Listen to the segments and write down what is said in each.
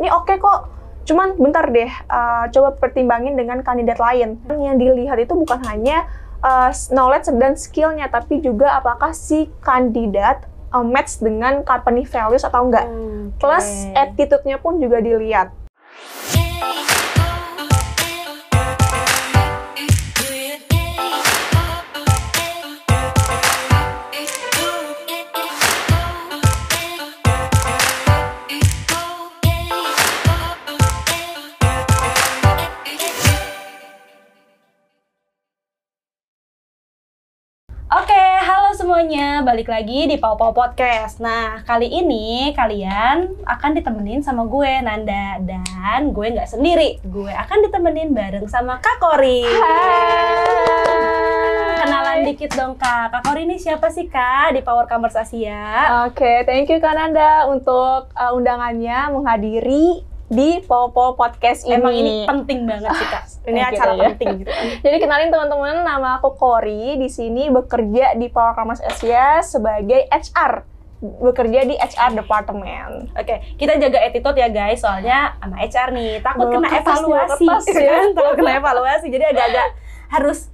ini oke kok. Cuman bentar deh, coba pertimbangin dengan kandidat lain. Yang dilihat itu bukan hanya knowledge dan skill-nya, tapi juga apakah si kandidat match dengan company values atau enggak. Plus attitude-nya pun juga dilihat. Semuanya, balik lagi di Pau Pau Podcast. Nah, kali ini kalian akan ditemenin sama gue, Nanda. Dan gue nggak sendiri, gue akan ditemenin bareng sama Kak Kori. Hai. Kenalan dikit dong Kak. Kak Kori ini siapa sih Kak di Power Commerce Asia? Oke, thank you Kak Nanda untuk undangannya menghadiri di Pau Pau Podcast ini. Emang ini penting banget sih Kak. Ini acara penting gitu. Jadi kenalin teman-teman, nama aku Kori. Di sini bekerja di Power Commerce Asia sebagai HR. Bekerja di HR Department. Oke, kita jaga attitude ya guys, soalnya sama HR nih takut kena evaluasi. Takut kena evaluasi, jadi agak-agak harus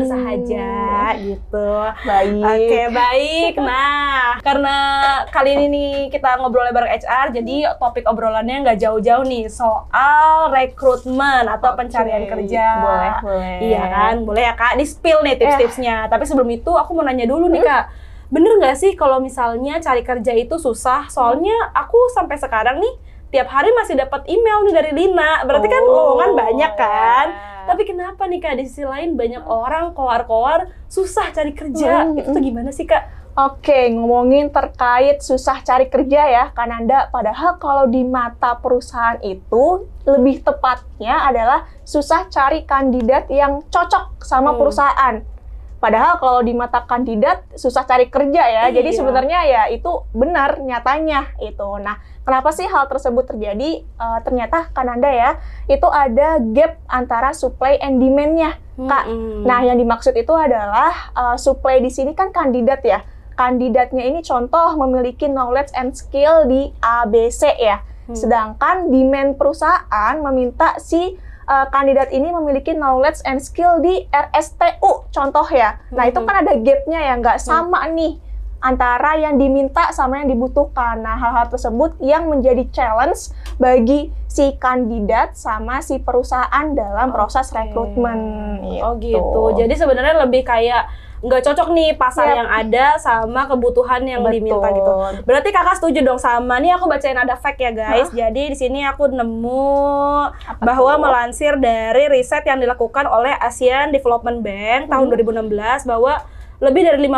bersahaja gitu. Baik. Oke, baik. Nah, karena kali ini nih kita ngobrolnya bareng HR, jadi topik obrolannya nggak jauh-jauh nih soal rekrutmen atau pencarian kerja. Boleh. Iya kan? Boleh ya Kak, di-spill nih tips-tipsnya. Tapi sebelum itu aku mau nanya dulu nih Kak. Bener nggak sih kalau misalnya cari kerja itu susah? Soalnya aku sampai sekarang nih tiap hari masih dapat email nih dari Lina. Berarti kan lowongan banyak kan? Tapi kenapa nih Kak, di sisi lain banyak orang koar-koar susah cari kerja. Itu tuh gimana sih Kak? Oke, ngomongin terkait susah cari kerja ya, Kak Nanda. Padahal kalau di mata perusahaan itu, lebih tepatnya adalah susah cari kandidat yang cocok sama perusahaan. Padahal kalau di mata kandidat susah cari kerja ya. Jadi sebenarnya ya itu benar nyatanya itu. Nah, kenapa sih hal tersebut terjadi? Ternyata Kananda ya, itu ada gap antara supply and demand-nya, Kak. Nah, yang dimaksud itu adalah supply di sini kan kandidat ya. Kandidatnya ini contoh memiliki knowledge and skill di ABC ya. Sedangkan demand perusahaan meminta si kandidat ini memiliki knowledge and skill di RSTU, contoh ya. Nah, itu kan ada gap-nya ya, nggak sama nih antara yang diminta sama yang dibutuhkan. Nah, hal-hal tersebut yang menjadi challenge bagi si kandidat sama si perusahaan dalam proses rekrutmen. Oh gitu. Jadi sebenarnya lebih kayak nggak cocok nih pasar yang ada sama kebutuhan yang diminta gitu. Berarti Kakak setuju dong sama, nih aku bacain ada fact ya guys. Jadi di sini aku nemu bahwa melansir dari riset yang dilakukan oleh Asian Development Bank tahun 2016 bahwa lebih dari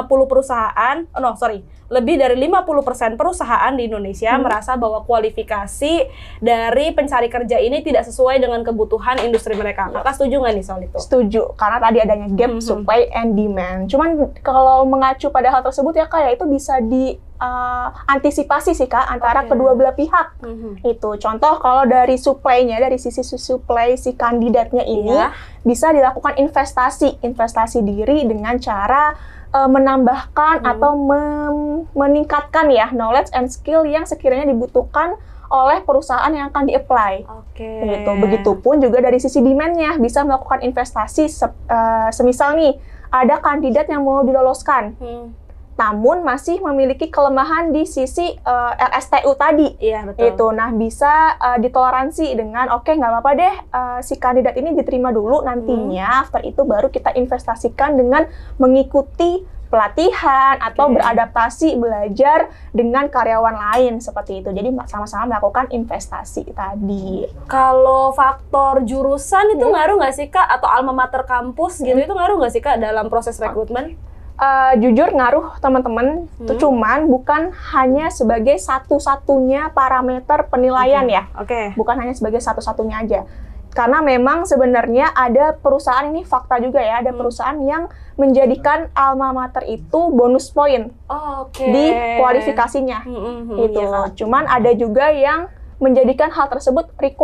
50% perusahaan di Indonesia merasa bahwa kualifikasi dari pencari kerja ini tidak sesuai dengan kebutuhan industri mereka. Kakak setuju nggak nih soal itu? Setuju, karena tadi adanya gap supply and demand. Cuman kalau mengacu pada hal tersebut ya Kak, ya itu bisa antisipasi sih Kak antara kedua belah pihak. Itu contoh kalau dari supply-nya, dari sisi supply si kandidatnya ini bisa dilakukan investasi diri dengan cara menambahkan atau meningkatkan ya knowledge and skill yang sekiranya dibutuhkan oleh perusahaan yang akan di-apply. Gitu. Begitupun juga dari sisi demand-nya bisa melakukan investasi semisal nih ada kandidat yang mau diloloskan. Namun masih memiliki kelemahan di sisi RSTU tadi. Iya, betul. Itu, nah bisa ditoleransi dengan nggak apa-apa deh si kandidat ini diterima dulu, nantinya after itu baru kita investasikan dengan mengikuti pelatihan atau beradaptasi belajar dengan karyawan lain seperti itu. Jadi sama-sama melakukan investasi tadi. Kalau faktor jurusan itu ngaruh nggak sih Kak? Atau alma mater kampus gitu itu ngaruh nggak sih Kak dalam proses rekrutmen? Jujur ngaruh teman-teman, cuman bukan hanya sebagai satu-satunya parameter penilaian ya. Bukan hanya sebagai satu-satunya aja. Karena memang sebenarnya ada perusahaan, ini fakta juga ya, ada perusahaan yang menjadikan alma mater itu bonus poin di kualifikasinya. Cuman ada juga yang menjadikan hal tersebut required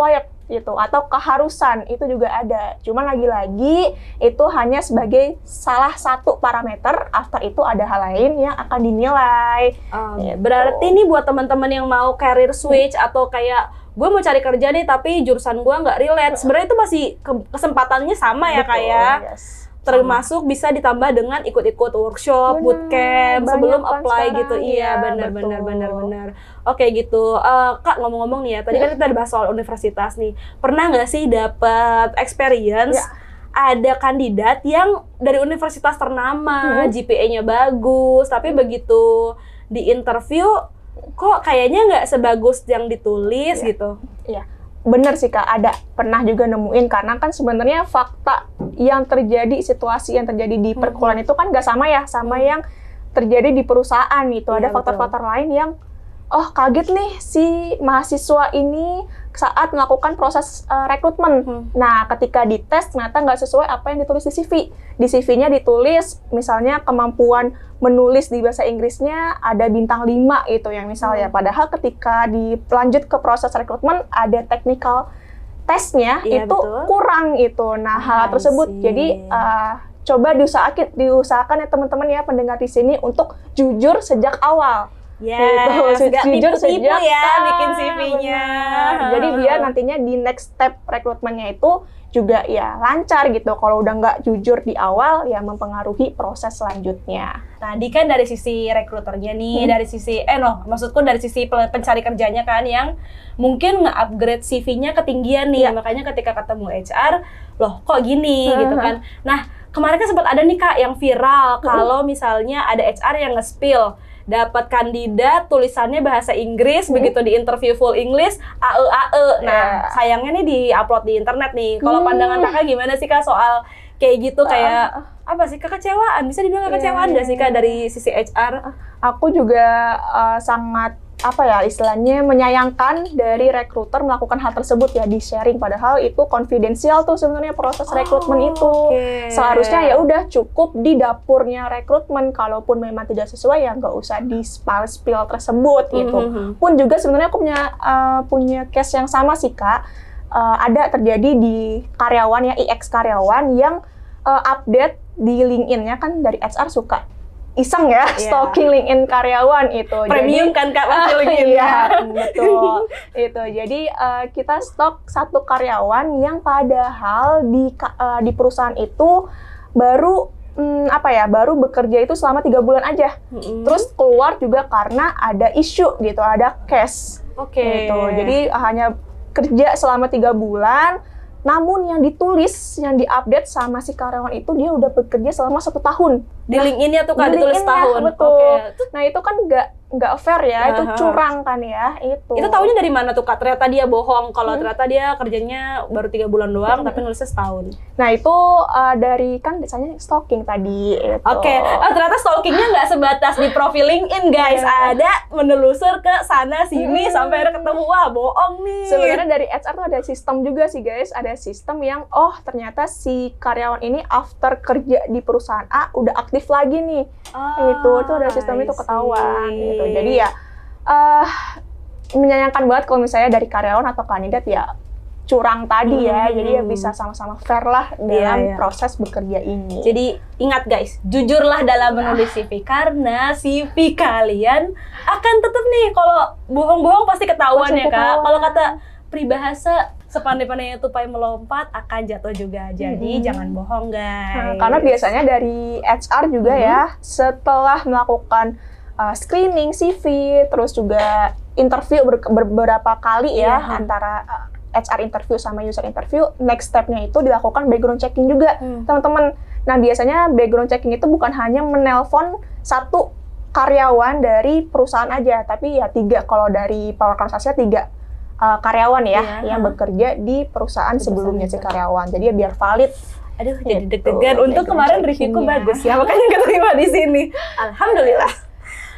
gitu, atau keharusan itu juga ada. Cuman lagi-lagi itu hanya sebagai salah satu parameter. After itu ada hal lain yang akan dinilai. Gitu. Berarti ini buat teman-teman yang mau career switch atau kayak gue mau cari kerja nih tapi jurusan gue nggak relate, sebenarnya itu masih kesempatannya sama ya, Betul, kayak yes. termasuk bisa ditambah dengan ikut-ikut workshop, bootcamp sebelum apply sekarang, gitu. Iya, benar. Oke gitu. Kak, ngomong-ngomong nih ya, tadi kan kita udah bahas soal universitas nih. Pernah nggak sih dapat experience ada kandidat yang dari universitas ternama, GPA-nya bagus, tapi begitu di interview kok kayaknya nggak sebagus yang ditulis gitu? Iya. Bener sih Kak, ada pernah juga nemuin, karena kan sebenarnya fakta yang terjadi, situasi yang terjadi di perkuliahan itu kan nggak sama ya, sama yang terjadi di perusahaan itu. Ada faktor-faktor lain yang, oh kaget nih si mahasiswa ini saat melakukan proses rekrutmen. Nah, ketika dites ternyata nggak sesuai apa yang ditulis di CV. Di CV-nya ditulis misalnya kemampuan menulis di bahasa Inggrisnya ada bintang 5 gitu yang misalnya. Padahal ketika dilanjut ke proses rekrutmen ada technical testnya itu kurang itu. Nah, hal tersebut jadi coba diusahakan ya teman-teman ya pendengar di sini untuk jujur sejak awal. Yes, gitu, jujur sejak ya bikin CV-nya. Jadi biar nantinya di next step rekrutmennya itu juga ya lancar gitu. Kalau udah nggak jujur di awal ya mempengaruhi proses selanjutnya. Tadi kan dari sisi rekruternya nih, dari sisi maksudku dari sisi pencari kerjanya kan yang mungkin nge-upgrade CV-nya ketinggian nih. Makanya ketika ketemu HR, loh kok gini gitu kan. Nah, kemarin kan sempat ada nih Kak yang viral kalau misalnya ada HR yang nge-spill dapat kandidat tulisannya bahasa Inggris, begitu di interview full English, AE. Nah, sayangnya nih di-upload di internet nih. Kalau pandangan Kakak gimana sih Kak soal kayak gitu, kayak apa sih, kekecewaan? Bisa dibilang kekecewaan nggak sih Kak dari sisi HR? Aku juga sangat istilahnya menyayangkan dari rekruter melakukan hal tersebut ya, di sharing, padahal itu konfidensial tuh sebenarnya proses rekrutmen itu. Seharusnya ya udah cukup di dapurnya rekrutmen, kalaupun memang tidak sesuai ya nggak usah di spill tersebut gitu. Pun juga sebenarnya aku punya case yang sama sih Kak. Ada terjadi di karyawan ya, IX karyawan yang update di LinkedIn-nya kan dari HR suka iseng ya, stalking LinkedIn karyawan itu. Premium jadi, kan Kak pasti LinkedIn. Iya, betul. Itu. Jadi kita stok satu karyawan yang padahal di perusahaan itu baru baru bekerja itu selama 3 bulan aja. Terus keluar juga karena ada isu gitu, ada case. Gitu. Jadi hanya kerja selama 3 bulan. Namun yang ditulis, yang diupdate sama si karyawan itu dia udah bekerja selama 1 tahun. Di LinkedIn-nya tuh Kak ditulis tahun. Betul. Nah itu kan nggak fair ya, itu curang kan ya itu. Itu taunya dari mana tuh Kak? Ternyata dia bohong kalau ternyata dia kerjanya baru 3 bulan doang tapi nulisnya setahun. Nah itu dari kan biasanya stalking tadi. Ternyata stalkingnya nggak sebatas di profil LinkedIn guys, ada menelusur ke sana sini sampai ada ketemu, wah bohong nih. Sebenarnya dari HR tuh ada sistem juga sih guys, ada sistem yang ternyata si karyawan ini after kerja di perusahaan A udah aktif lagi nih. Itu ada sistem itu ketahuan gitu. Jadi ya menyayangkan banget kalau misalnya dari karyawan atau kandidat ya curang tadi ya. Jadi ya bisa sama-sama fair lah dalam proses bekerja ini. Jadi ingat guys, jujurlah dalam menulis CV karena CV kalian akan tetap nih, kalau bohong-bohong pasti ketahuan ya Kak. Kalau kata peribahasa, sepandai-pandainya tupai melompat akan jatuh juga. Jadi jangan bohong guys. Karena biasanya dari HR juga ya, setelah melakukan screening CV, terus juga interview beberapa kali ya, antara HR interview sama user interview, next step-nya itu dilakukan background checking juga, teman-teman. Nah, biasanya background checking itu bukan hanya menelpon satu karyawan dari perusahaan aja, tapi ya 3, kalau dari Power Transaksinya 3 karyawan ya, yang bekerja di perusahaan sebelumnya si karyawan. Jadi ya biar valid. Aduh, jadi deg-degan. Untuk kemarin reviewku bagus ya, makanya keterima di sini. Alhamdulillah.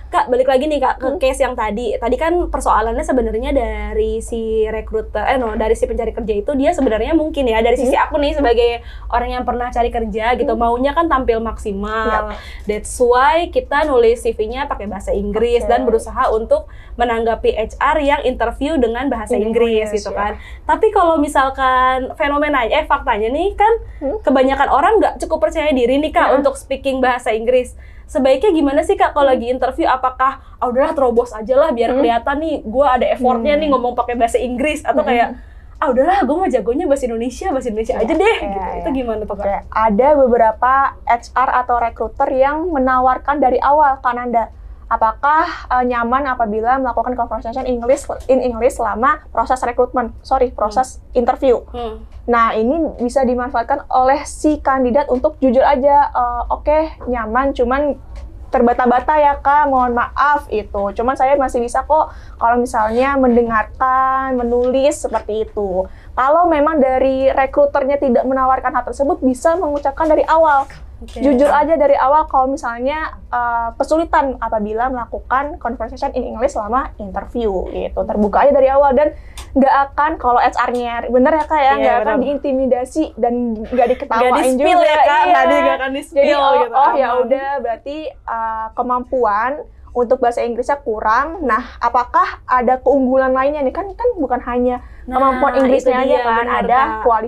Kak, balik lagi nih Kak ke case yang tadi. Tadi kan persoalannya sebenarnya dari si recruiter, dari si pencari kerja itu dia sebenarnya mungkin ya dari sisi aku nih sebagai orang yang pernah cari kerja gitu, maunya kan tampil maksimal. That's why kita nulis CV-nya pakai bahasa Inggris dan berusaha untuk menanggapi HR yang interview dengan bahasa Inggris gitu kan. Tapi kalau misalkan faktanya nih kan kebanyakan orang nggak cukup percaya diri nih Kak untuk speaking bahasa Inggris. Sebaiknya gimana sih Kak kalau lagi interview? Apakah udahlah terobos aja lah biar kelihatan nih gue ada effortnya nih ngomong pakai bahasa Inggris, atau kayak udahlah gue mah jagonya bahasa Indonesia aja deh gitu. Itu gimana tuh Kak? Ada beberapa HR atau recruiter yang menawarkan dari awal kan Anda, apakah nyaman apabila melakukan conversation in English selama proses proses interview. Nah, ini bisa dimanfaatkan oleh si kandidat untuk jujur aja, oke, nyaman, cuman terbata-bata ya Kak, mohon maaf itu. Cuman saya masih bisa kok kalau misalnya mendengarkan, menulis seperti itu. Kalau memang dari rekruternya tidak menawarkan hal tersebut, bisa mengucapkan dari awal. Jujur aja dari awal kalau misalnya kesulitan apabila melakukan conversation in English selama interview gitu. Terbuka aja dari awal dan nggak akan, kalau HR-nya bener ya Kak ya, nggak akan diintimidasi dan nggak diketawain juga ya Kak, nggak akan di-spill. Jadi gitu. Ya udah berarti kemampuan untuk bahasa Inggrisnya kurang. Nah, apakah ada keunggulan lainnya nih? Kan bukan hanya kemampuan Inggrisnya aja kan, ada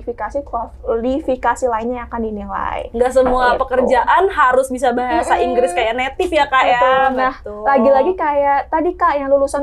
kualifikasi lainnya yang akan dinilai. Nggak semua pekerjaan harus bisa bahasa Inggris kayak native ya Kak ya. Nah, lagi-lagi kayak tadi Kak yang lulusan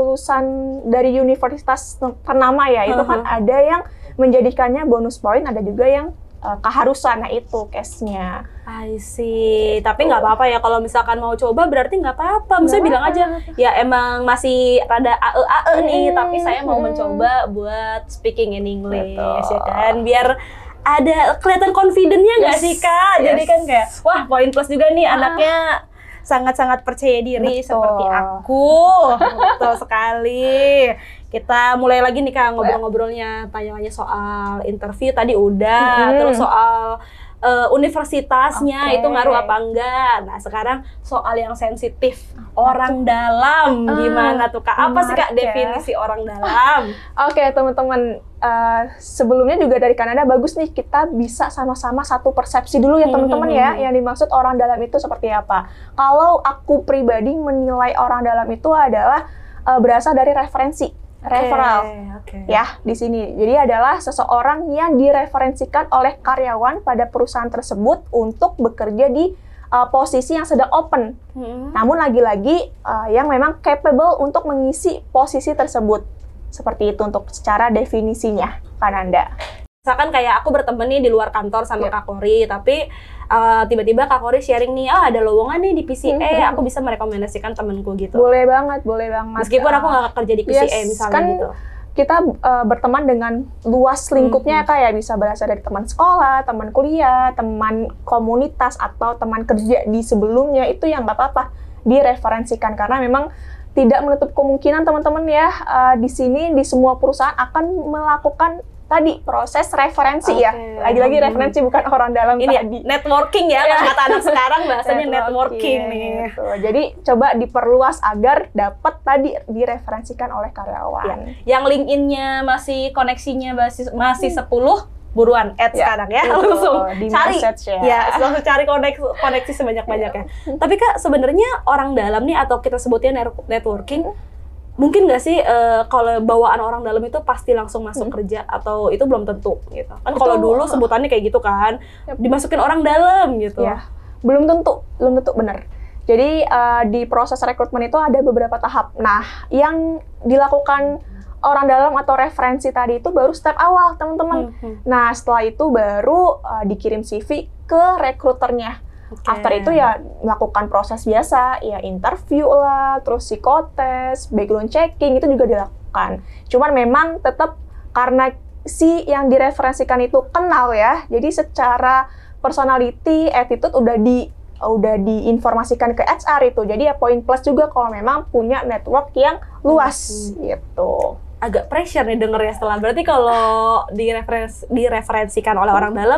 dari universitas ternama ya, itu kan ada yang menjadikannya bonus point, ada juga yang keharusan. Nah, itu case-nya. I see. Tapi nggak apa-apa ya kalau misalkan mau coba, berarti nggak apa-apa. Misalnya bilang aja, ya emang masih rada nih, tapi saya mau mencoba buat speaking in English, ya kan? Biar ada kelihatan confident-nya nggak sih Kak? Jadi kan kayak, wah poin plus juga nih anaknya sangat-sangat percaya diri seperti aku. Betul sekali. Kita mulai lagi nih Kak ngobrol-ngobrolnya, tanya-tanya soal interview tadi udah, terus soal universitasnya itu ngaruh apa enggak. Nah, sekarang soal yang sensitif, orang dalam gimana tuh Kak? Apa sih Kak definisi orang dalam? Oke, teman-teman, sebelumnya juga dari Kanada bagus nih kita bisa sama-sama satu persepsi dulu ya teman-teman ya, yang dimaksud orang dalam itu seperti apa. Kalau aku pribadi menilai orang dalam itu adalah berasal dari referensi. Referral, ya di sini. Jadi adalah seseorang yang direferensikan oleh karyawan pada perusahaan tersebut untuk bekerja di posisi yang sedang open. Namun lagi-lagi yang memang capable untuk mengisi posisi tersebut. Seperti itu untuk secara definisinya, kan Anda. Misalkan kayak aku berteman nih di luar kantor sama Kak Kori, tapi tiba-tiba Kak Kori sharing nih, ada lowongan nih di PCA, aku bisa merekomendasikan temenku gitu. Boleh banget. Meskipun aku nggak kerja di PCA misalnya kan gitu. Kita berteman dengan luas lingkupnya Kak ya, bisa berasal dari teman sekolah, teman kuliah, teman komunitas, atau teman kerja di sebelumnya, itu yang nggak apa-apa direferensikan, karena memang tidak menutup kemungkinan teman-teman ya, di sini di semua perusahaan akan melakukan tadi proses referensi ya. Lagi-lagi referensi bukan orang dalam ini tadi. Networking ya, kata anak sekarang bahasanya networking nih. Gitu. Jadi coba diperluas agar dapat tadi direferensikan oleh karyawan. Yang LinkedIn-nya masih koneksinya masih 10, buruan add sekarang ya, langsung di cari langsung cari koneksi sebanyak-banyaknya. Tapi Kak, sebenarnya orang dalam nih, atau kita sebutnya networking, mungkin nggak sih kalau bawaan orang dalam itu pasti langsung masuk kerja, atau itu belum tentu gitu kan? Kalau dulu sebutannya kayak gitu kan, dimasukin orang dalam gitu. Ya, belum tentu benar. Jadi di proses rekrutmen itu ada beberapa tahap. Nah, yang dilakukan orang dalam atau referensi tadi itu baru step awal teman-teman. Nah, setelah itu baru dikirim CV ke rekruternya. After itu ya melakukan proses biasa, ya interview lah, terus psikotes, background checking, itu juga dilakukan. Cuman memang tetap karena si yang direferensikan itu kenal ya, jadi secara personality, attitude udah diinformasikan ke HR itu. Jadi ya poin plus juga kalau memang punya network yang luas gitu. Agak pressure nih dengernya setelah. Berarti kalau direferensikan oleh orang dalam,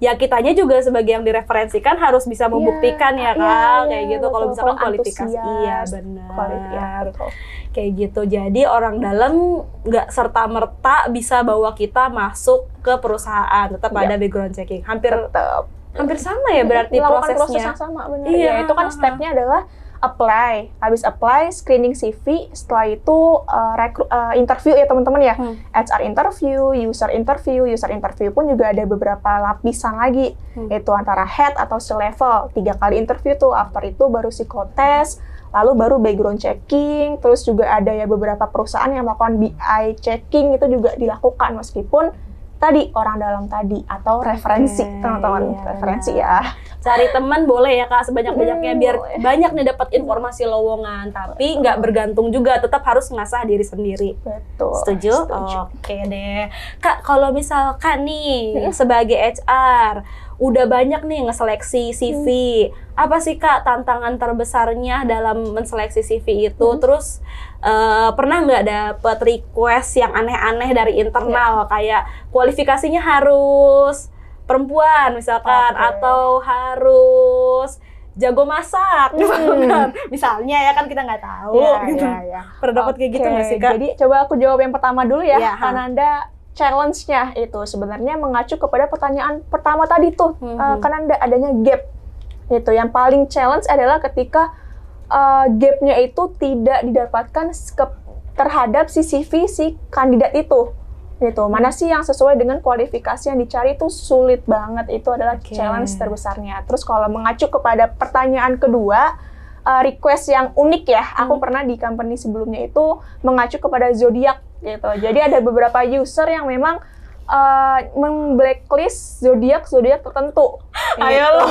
ya kitanya juga sebagai yang direferensikan harus bisa membuktikan ya Kak, kayak gitu. Kalau misalkan kualifikasi, iya benar, kayak gitu. Jadi orang dalam nggak serta merta bisa bawa kita masuk ke perusahaan, tetap ada background checking. Hampir sama ya berarti prosesnya. Proses yang sama, benar. Iya, itu kan stepnya adalah apply, habis apply, screening CV, setelah itu interview ya teman-teman ya, HR interview, user interview pun juga ada beberapa lapisan lagi, yaitu antara head atau C-level, 3 kali interview tuh, after itu baru psikotes, lalu baru background checking, terus juga ada ya beberapa perusahaan yang melakukan BI checking itu juga dilakukan meskipun tadi orang dalam tadi atau referensi teman-teman, referensi ya. Cari teman boleh ya Kak sebanyak-banyaknya biar banyak nih dapat informasi lowongan, tapi nggak bergantung juga, tetap harus ngasah diri sendiri. Betul. Setuju? Oke deh. Kak, kalau misalkan nih sebagai HR udah banyak nih ngeseleksi CV, apa sih Kak tantangan terbesarnya dalam menseleksi CV itu? Terus pernah nggak dapet request yang aneh-aneh dari internal, kayak kualifikasinya harus perempuan misalkan, atau harus jago masak misalnya ya kan, kita nggak tahu gitu. Pernah dapat kayak gitu nggak sih Kak? Jadi coba aku jawab yang pertama dulu ya, Kananda. Challenge-nya itu sebenarnya mengacu kepada pertanyaan pertama tadi tuh, karena adanya gap. Itu yang paling challenge adalah ketika gap-nya itu tidak didapatkan terhadap si CV si kandidat itu. Gitu. Mana sih yang sesuai dengan kualifikasi yang dicari, itu sulit banget, itu adalah challenge terbesarnya. Terus kalau mengacu kepada pertanyaan kedua, request yang unik ya, aku pernah di company sebelumnya itu mengacu kepada zodiak gitu. Jadi ada beberapa user yang memang memblacklist zodiak tertentu. Ayo lo,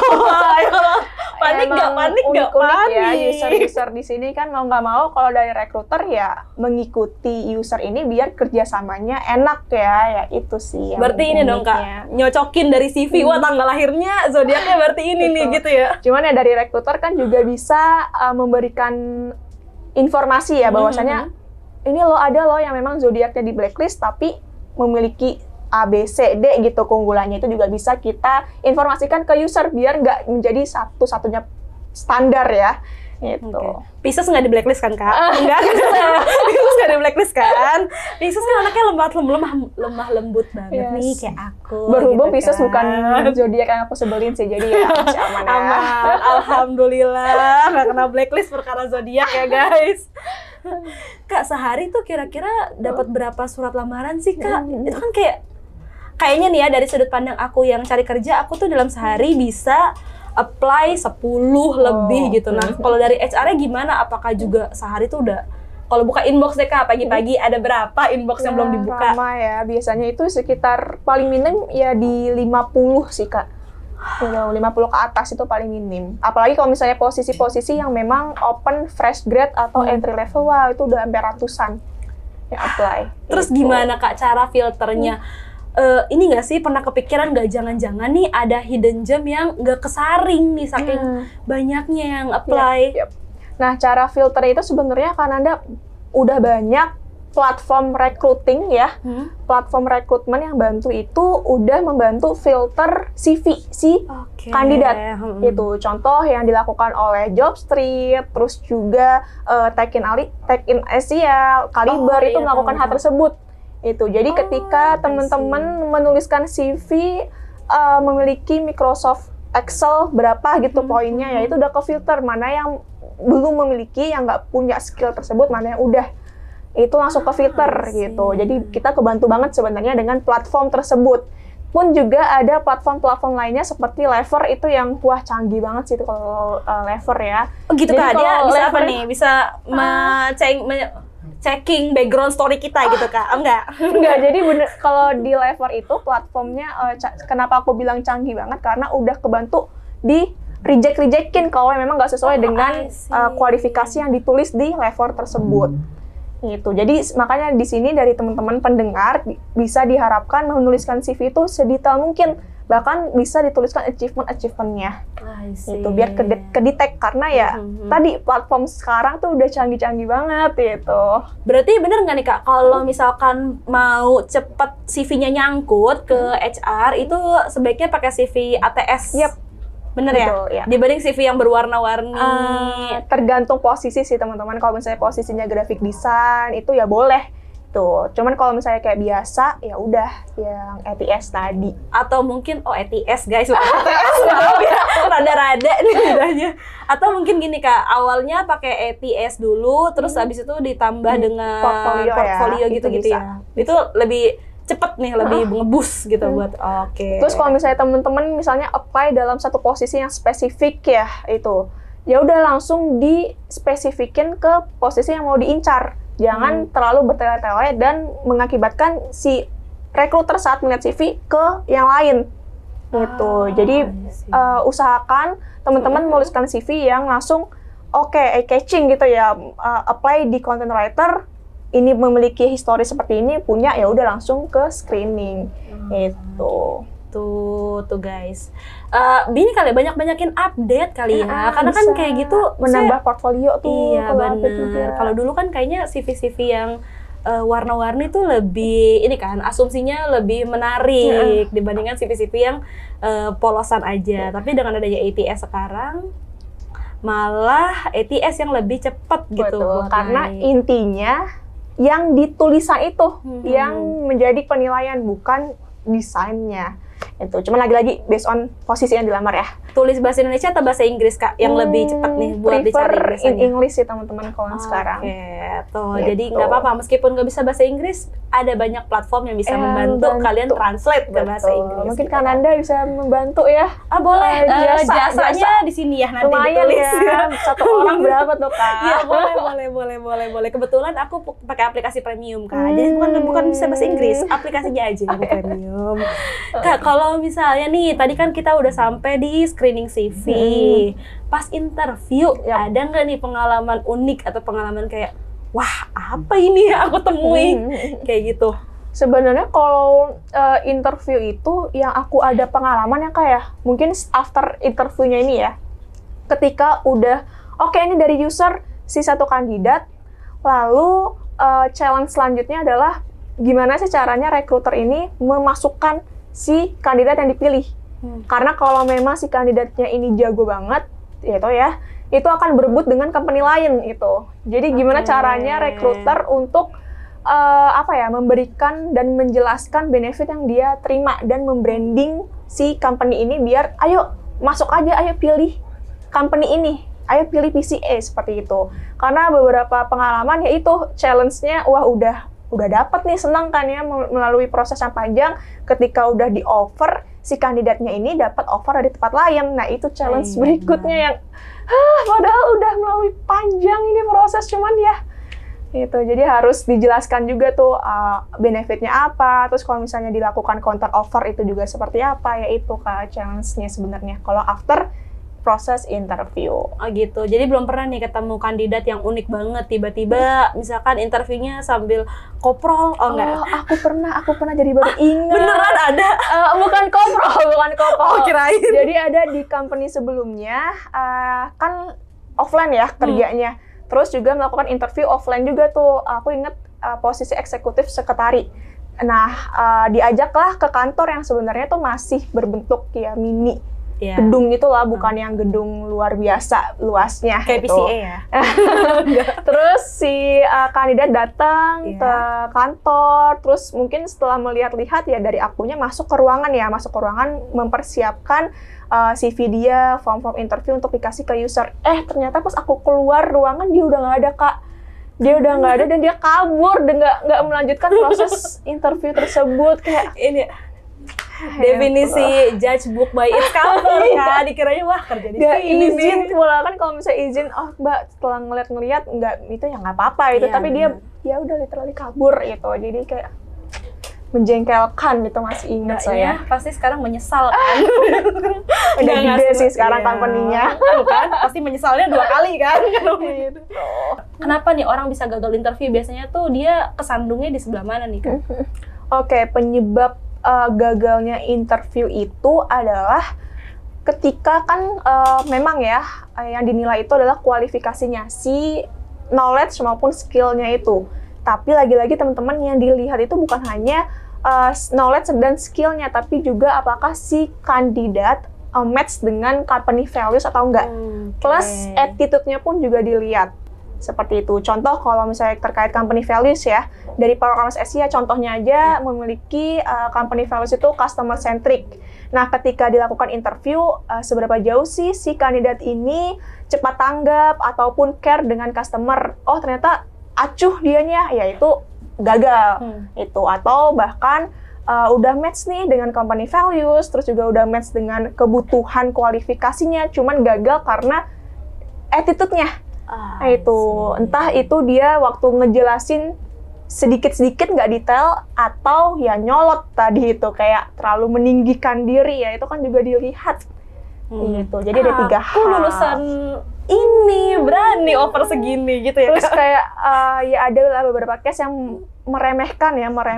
panik nggak? Ya, user di sini kan mau nggak mau kalau dari recruiter ya mengikuti user ini biar kerjasamanya enak ya itu sih. Berarti ini dong Kak, nyocokin dari CV, wah tanggal lahirnya zodiaknya berarti ini nih gitu ya. Cuman ya dari recruiter kan juga bisa memberikan informasi ya bahwasanya ini ada yang memang zodiaknya di blacklist tapi memiliki A, B, C, D gitu keunggulannya, itu juga bisa kita informasikan ke user biar nggak menjadi satu-satunya standar ya. Gitu. Pisces nggak di blacklist kan Kak? Enggak. Pisces nggak di blacklist kan? Pisces kan anaknya lemah lembut banget nih kayak aku. Berhubung gitu Pisces kan. bukan zodiak yang aku sebelin sih, jadi ya masih aman ya. Aman, alhamdulillah nggak kena blacklist perkara zodiak ya guys. Kak, sehari tuh kira-kira dapat berapa surat lamaran sih Kak? Itu kan kayaknya nih ya dari sudut pandang aku yang cari kerja, aku tuh dalam sehari bisa apply 10 lebih gitu. Nah, kalau dari HR-nya gimana? Apakah juga sehari tuh udah, kalau buka inbox deh Kak, pagi-pagi ada berapa inbox yang belum dibuka? Lama ya, biasanya itu sekitar paling minim ya di 50 sih Kak. 50 ke atas itu paling minim. Apalagi kalau misalnya posisi-posisi yang memang open fresh grade atau entry level, wah itu udah hampir ratusan yang apply. Terus gimana Kak cara filternya? Ini nggak sih pernah kepikiran nggak jangan-jangan nih ada hidden gem yang nggak kesaring nih saking banyaknya yang apply? Nah, cara filter itu sebenarnya kan Anda udah banyak platform recruiting ya, platform rekrutmen yang bantu itu udah membantu filter CV si kandidat. Itu contoh yang dilakukan oleh Jobstreet, terus juga Tech in Asia, Caliber itu melakukan hal tersebut. Itu jadi ketika teman-teman menuliskan CV memiliki Microsoft Excel berapa gitu poinnya, ya itu udah ke filter mana yang belum memiliki, yang nggak punya skill tersebut, mana yang udah, itu langsung ke filter gitu. Jadi kita kebantu banget sebenarnya dengan platform tersebut. Pun juga ada platform-platform lainnya seperti Lever, itu yang wah canggih banget sih itu kalau Lever ya. Oh gitu Kak, dia bisa apa nih? Bisa checking background story kita gitu Kak? Enggak, jadi bener kalau di Lever itu platformnya kenapa aku bilang canggih banget, karena udah kebantu di rejectin kalau memang nggak sesuai dengan kualifikasi yang ditulis di Lever tersebut. Gitu. Jadi makanya di sini dari teman-teman pendengar bisa diharapkan menuliskan CV itu sedetail mungkin. Bahkan bisa dituliskan achievement-achievementnya. I see. Itu biar ke-detect karena ya tadi platform sekarang tuh udah canggih-canggih banget gitu. Berarti bener nggak nih Kak, kalau misalkan mau cepet CV-nya nyangkut ke HR, itu sebaiknya pakai CV ATS? Yep. Bener Betul, ya? ya. Dibanding CV yang berwarna-warni. Tergantung posisi sih teman-teman. Kalau misalnya posisinya graphic design itu ya boleh. Tuh, cuman kalau misalnya kayak biasa, ya udah yang ATS tadi. Atau mungkin, ATS guys, ATS maaf ya, rada-rada nih bedanya. Atau mungkin gini Kak, awalnya pakai ATS dulu, terus habis itu ditambah dengan portfolio gitu-gitu ya. Itu lebih cepet nih, lebih ngebus gitu buat, oke. Terus kalau misalnya teman-teman misalnya apply dalam satu posisi yang spesifik ya, itu. Ya udah langsung dispesifikin ke posisi yang mau diincar. Jangan terlalu bertele-tele dan mengakibatkan si recruiter saat melihat CV ke yang lain gitu. Jadi usahakan teman-teman menuliskan CV yang langsung eye-catching gitu ya. Apply di content writer, ini memiliki histori seperti ini, punya ya udah langsung ke screening itu. Tuh guys. Ini kali banyakin update kali ya. Karena kan kayak gitu menambah portfolio tuh. Iya benar. Kalau dulu kan kayaknya CV-CV yang warna-warni tuh lebih ini kan, asumsinya lebih menarik dibandingkan CV-CV yang polosan aja. Tapi dengan adanya ATS sekarang malah ATS yang lebih cepat gitu. Karena intinya yang ditulisan itu yang menjadi penilaian, bukan desainnya. Itu cuma lagi-lagi based on posisi yang dilamar ya. Tulis bahasa Indonesia atau bahasa Inggris Kak yang lebih cepat nih buat dicari biasanya? In English sih teman-teman kalau sekarang. Tuh gitu. Jadi nggak apa-apa meskipun nggak bisa bahasa Inggris, ada banyak platform yang bisa membantu kalian translate ke bahasa Inggris. Mungkin gitu. Kananda bisa membantu ya. Boleh. Jasanya di sini ya nanti lumayan ditulis. Ya. Satu orang berapa tuh Kak? Iya boleh. Kebetulan aku pakai aplikasi premium Kak. Jadi bukan bisa bahasa Inggris, aplikasinya aja yang premium. Kak, kalau misalnya nih tadi kan kita udah sampai di screening CV. Pas interview, ada nggak nih pengalaman unik atau pengalaman kayak, wah apa ini ya aku temui kayak gitu? Sebenarnya kalau interview itu yang aku ada pengalaman ya kayak mungkin after interviewnya ini ya, ketika udah ini dari user si satu kandidat, lalu challenge selanjutnya adalah gimana sih caranya recruiter ini memasukkan si kandidat yang dipilih. Karena kalau memang si kandidatnya ini jago banget, itu akan berebut dengan company lain itu. Jadi gimana caranya recruiter untuk memberikan dan menjelaskan benefit yang dia terima dan membranding si company ini biar ayo masuk aja, ayo pilih company ini, ayo pilih PCA seperti itu. Karena beberapa pengalaman yaitu challenge-nya udah dapat nih, senang kan ya melalui proses yang panjang, ketika udah di offer si kandidatnya ini dapat offer dari tempat lain. Nah, itu challenge berikutnya yang padahal udah melalui panjang ini proses, cuman ya itu. Jadi harus dijelaskan juga tuh benefitnya apa, terus kalau misalnya dilakukan counter offer itu juga seperti apa, yaitu Kak challenge-nya sebenarnya kalau after proses interview. Gitu. Jadi belum pernah nih ketemu kandidat yang unik banget, tiba-tiba misalkan interviewnya sambil koprol. Enggak. Aku pernah jadi baru ingat. Beneran ada? Bukan koprol. Kirain. Jadi ada di company sebelumnya, kan offline ya kerjanya. Terus juga melakukan interview offline juga tuh. Aku inget posisi eksekutif sekretari. Nah, diajaklah ke kantor yang sebenarnya tuh masih berbentuk ya mini. Gedung itulah, bukan yang gedung luar biasa luasnya. Kayak gitu. PCA ya? Terus si kandidat datang ke kantor, terus mungkin setelah melihat-lihat ya dari akunya masuk ke ruangan mempersiapkan CV dia, form-form interview untuk dikasih ke user. Ternyata pas aku keluar ruangan dia udah nggak ada Kak. Dia udah nggak ada dan dia kabur dan nggak melanjutkan proses interview tersebut. Kayak ini definisi judge book by its cover ya, dikiranya wah kerja di sini izin pula kan. Kalau misalnya izin, Mbak setelah ngeliat nggak itu ya nggak apa-apa itu, tapi dia ya udah literally kabur gitu. Jadi kayak menjengkelkan gitu, masih ingat saya. Pasti sekarang menyesal kan. Udah gede sih sekarang company-nya. Kan pasti menyesalnya 2 kali kan. Kenapa nih orang bisa gagal interview? Biasanya tuh dia kesandungnya di sebelah mana nih Kak? Penyebab gagalnya interview itu adalah ketika kan memang ya yang dinilai itu adalah kualifikasinya, si knowledge maupun skill-nya itu. Tapi lagi-lagi teman-teman yang dilihat itu bukan hanya knowledge dan skill-nya, tapi juga apakah si kandidat match dengan company values atau enggak. Plus attitude-nya pun juga dilihat. Seperti itu. Contoh kalau misalnya terkait company values ya, dari Power Commerce Asia contohnya aja memiliki company values itu customer centric. Nah, ketika dilakukan interview, seberapa jauh sih si kandidat ini cepat tanggap ataupun care dengan customer? Oh, ternyata acuh dianya, ya itu gagal. Itu atau bahkan udah match nih dengan company values, terus juga udah match dengan kebutuhan kualifikasinya, cuman gagal karena attitude-nya. Nah, itu entah itu dia waktu ngejelasin sedikit-sedikit nggak detail atau ya nyolot tadi itu kayak terlalu meninggikan diri ya, itu kan juga dilihat gitu. Jadi ada 3 hal. Aku lulusan ini berani over segini gitu ya. Terus kayak ya ada beberapa case yang meremehkan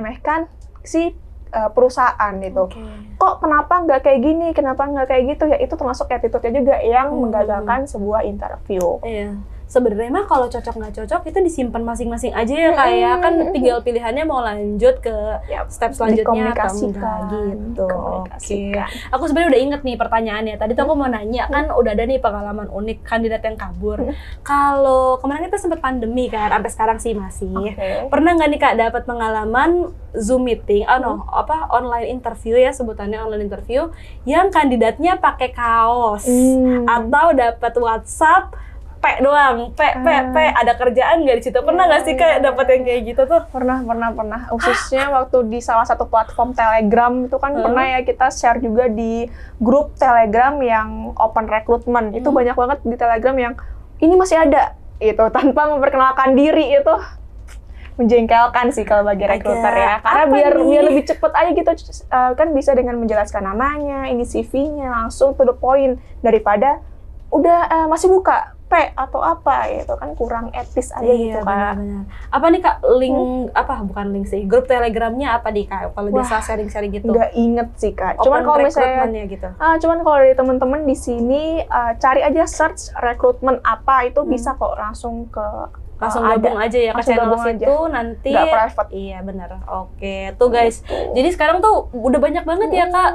si perusahaan itu. Kok kenapa nggak kayak gini, kenapa nggak kayak gitu ya, itu termasuk attitude-nya juga yang menggagalkan sebuah interview. Iya. Sebenarnya mah kalau cocok nggak cocok itu disimpan masing-masing aja ya, kayak kan tinggal pilihannya mau lanjut ke step selanjutnya atau enggak gitu. Oke. Aku sebenarnya udah inget nih pertanyaannya. Tadi tuh aku mau nanya kan udah ada nih pengalaman unik kandidat yang kabur. Kalau kemarin kita sempat pandemi kan, sampai sekarang sih masih. Pernah nggak nih Kak dapat pengalaman Zoom meeting, online interview ya, sebutannya online interview yang kandidatnya pakai kaos atau dapat WhatsApp doang, ada kerjaan nggak di situ? Pernah nggak sih kayak dapat yang kayak gitu tuh? Pernah. Khususnya waktu di salah satu platform Telegram itu kan pernah ya kita share juga di grup Telegram yang open recruitment. Itu banyak banget di Telegram yang ini masih ada, itu tanpa memperkenalkan diri, itu menjengkelkan sih kalau bagi rekruter ya. Karena biar lebih cepet aja gitu, kan bisa dengan menjelaskan namanya, ini CV-nya langsung to the point daripada udah masih buka atau apa gitu kan, kurang etis aja gitu kan. Benar. Apa nih Kak link bukan link sih, grup Telegramnya apa nih Kak kalau bisa sharing-sharing gitu? Nggak inget sih Kak. Cuman kalau misalnya gitu. Cuman kalau dari teman-teman di sini cari aja search rekrutmen apa, itu bisa kok langsung gabung aja ya ke channel situ nanti. Nggak private. Iya benar. Oke, tuh guys. Jadi sekarang tuh udah banyak banget ya Kak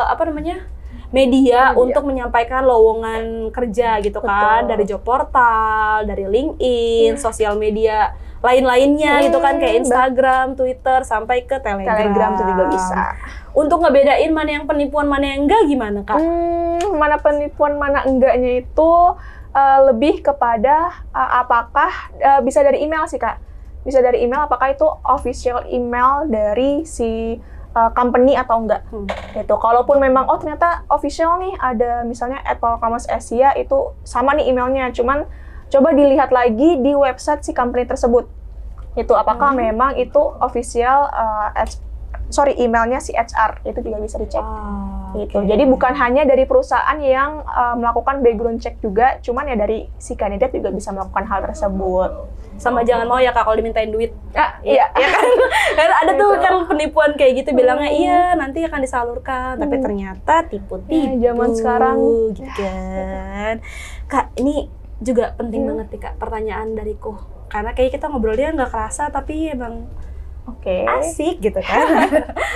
media untuk menyampaikan lowongan kerja gitu kan, dari job portal, dari LinkedIn, sosial media lain-lainnya gitu kan, kayak Instagram, Twitter, sampai ke Telegram tuh juga bisa. Untuk ngebedain mana yang penipuan, mana yang enggak gimana Kak? Mana penipuan, mana enggaknya itu lebih kepada apakah bisa dari email sih Kak. Bisa dari email, apakah itu official email dari si company atau enggak gitu. Kalaupun memang ternyata official nih, ada misalnya Power Commerce Asia itu sama nih emailnya, cuman coba dilihat lagi di website si company tersebut itu apakah memang itu official emailnya si HR, itu juga bisa dicek. Gitu. Jadi bukan hanya dari perusahaan yang melakukan background check juga, cuman ya dari si kandidat juga bisa melakukan hal tersebut. Sama jangan mau ya Kak kalau dimintain duit. Iya kan. Karena ada tuh kan penipuan kayak gitu, bilangnya iya nanti akan disalurkan, tapi ternyata tipu-tipu. Zaman sekarang gitu kan. Kak, ini juga penting banget nih Kak pertanyaan dariku. Karena kayak kita ngobrolnya nggak kerasa tapi emang asik gitu kan.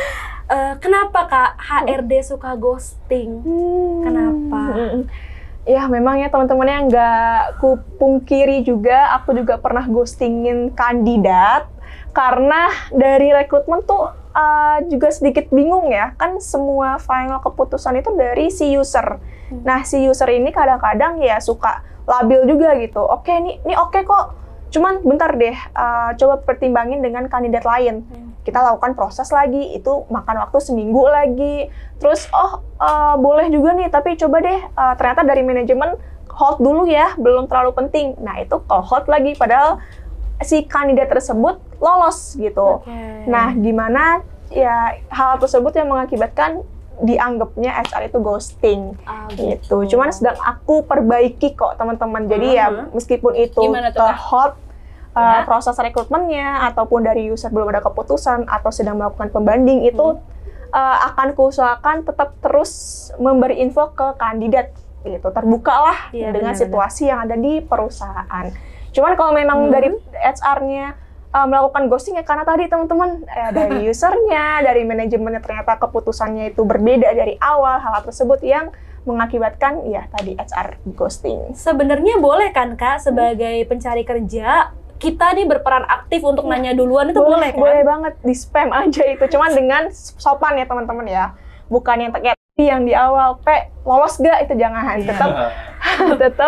Kenapa Kak HRD suka ghosting? Kenapa? Ya memang ya teman-teman yang nggak kupungkiri juga, aku juga pernah ghostingin kandidat karena dari rekrutmen tuh juga sedikit bingung ya, kan semua final keputusan itu dari si user. Nah si user ini kadang-kadang ya suka labil juga gitu. Oke, ini oke kok, cuman bentar deh, coba pertimbangin dengan kandidat lain. Kita lakukan proses lagi, itu makan waktu seminggu lagi. Terus, boleh juga nih, tapi coba deh, ternyata dari manajemen hold dulu ya, belum terlalu penting. Nah, itu hold lagi, padahal si kandidat tersebut lolos gitu. Nah, gimana ya hal tersebut yang mengakibatkan dianggapnya HR itu ghosting gitu. Cuman sedang aku perbaiki kok teman-teman. Jadi ya meskipun itu hold proses rekrutmennya ataupun dari user belum ada keputusan atau sedang melakukan pembanding, itu akan kuusahakan tetap terus memberi info ke kandidat gitu. Terbukalah dengan situasi yang ada di perusahaan. Cuman kalau memang dari HR-nya melakukan ghosting ya karena tadi teman-teman dari usernya, dari manajemennya ternyata keputusannya itu berbeda dari awal, hal tersebut yang mengakibatkan ya tadi HR ghosting. Sebenarnya boleh kan Kak sebagai pencari kerja kita nih berperan aktif untuk nanya duluan itu boleh kan? Boleh banget, di spam aja itu. Cuman dengan sopan ya teman-teman ya. Bukan yang kayak yang di awal, lolos gak? Itu jangan. Tetap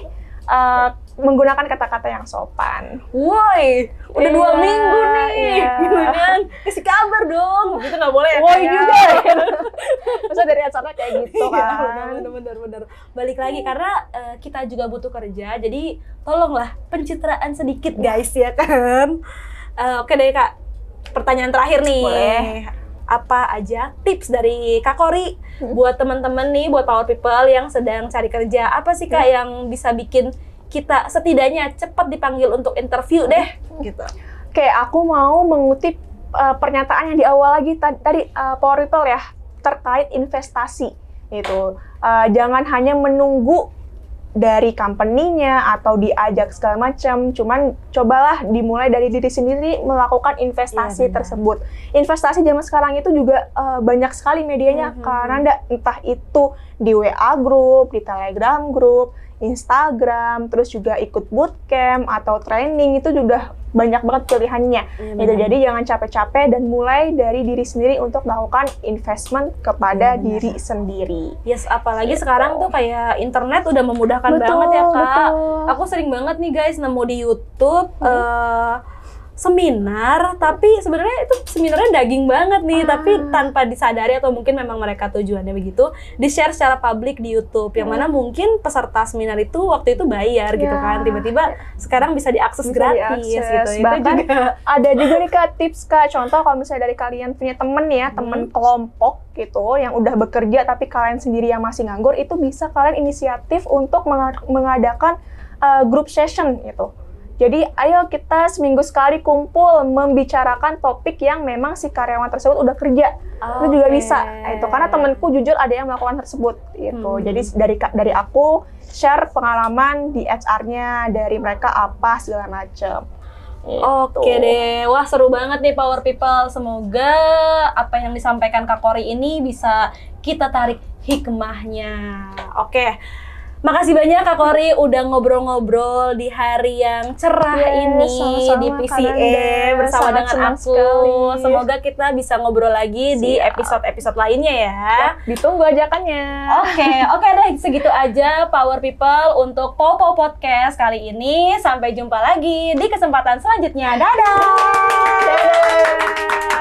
menggunakan kata-kata yang sopan. Woi, udah 2 minggu nih, gitu kan? Kasih kabar dong, gitu nggak boleh ya? Woi juga, masa dari acara kayak gitu kan? Bener. Balik lagi karena kita juga butuh kerja, jadi tolonglah pencitraan sedikit guys ya kan? Oke deh Kak, pertanyaan terakhir nih. Boleh. Apa aja tips dari Kak Kori buat teman-teman nih, buat power people yang sedang cari kerja? Apa sih Kak yang bisa bikin kita setidaknya cepat dipanggil untuk interview deh gitu. Oke, aku mau mengutip pernyataan yang di awal lagi tadi Power People ya terkait investasi itu. Jangan hanya menunggu dari company-nya atau diajak segala macam, cuman cobalah dimulai dari diri sendiri melakukan investasi tersebut. Investasi zaman sekarang itu juga banyak sekali medianya karena entah itu di WA group, di Telegram group, Instagram, terus juga ikut bootcamp atau training, itu juga banyak banget pilihannya. Gitu. Jadi jangan capek-capek dan mulai dari diri sendiri untuk melakukan investment kepada diri sendiri. Yes, apalagi sekarang tuh kayak internet udah memudahkan banget ya Kak. Betul. Aku sering banget nih guys nemu di YouTube seminar, tapi sebenarnya itu seminarnya daging banget nih, tapi tanpa disadari atau mungkin memang mereka tujuannya begitu, di-share secara publik di YouTube, yang mana mungkin peserta seminar itu waktu itu bayar gitu kan, tiba-tiba sekarang bisa diakses gratis gitu. Bahkan itu juga ada juga nih Kak tips Kak, contoh kalau misalnya dari kalian punya temen ya, temen kelompok gitu, yang udah bekerja tapi kalian sendiri yang masih nganggur, itu bisa kalian inisiatif untuk mengadakan group session gitu. Jadi ayo kita seminggu sekali kumpul membicarakan topik yang memang si karyawan tersebut udah kerja. Itu juga bisa. Itu karena temenku jujur ada yang melakukan tersebut gitu. Jadi dari aku share pengalaman di HR-nya, dari mereka apa segala macam. Oke deh, wah seru banget nih Power People. Semoga apa yang disampaikan Kak Kori ini bisa kita tarik hikmahnya. Oke. Makasih banyak Kak Kori udah ngobrol-ngobrol di hari yang cerah ini sama-sama, di PCA bersama dengan aku. Sekali. Semoga kita bisa ngobrol lagi di episode-episode lainnya ya. Ditunggu ajakannya. Oke deh, segitu aja Power People untuk Popo Podcast kali ini. Sampai jumpa lagi di kesempatan selanjutnya. Dadah!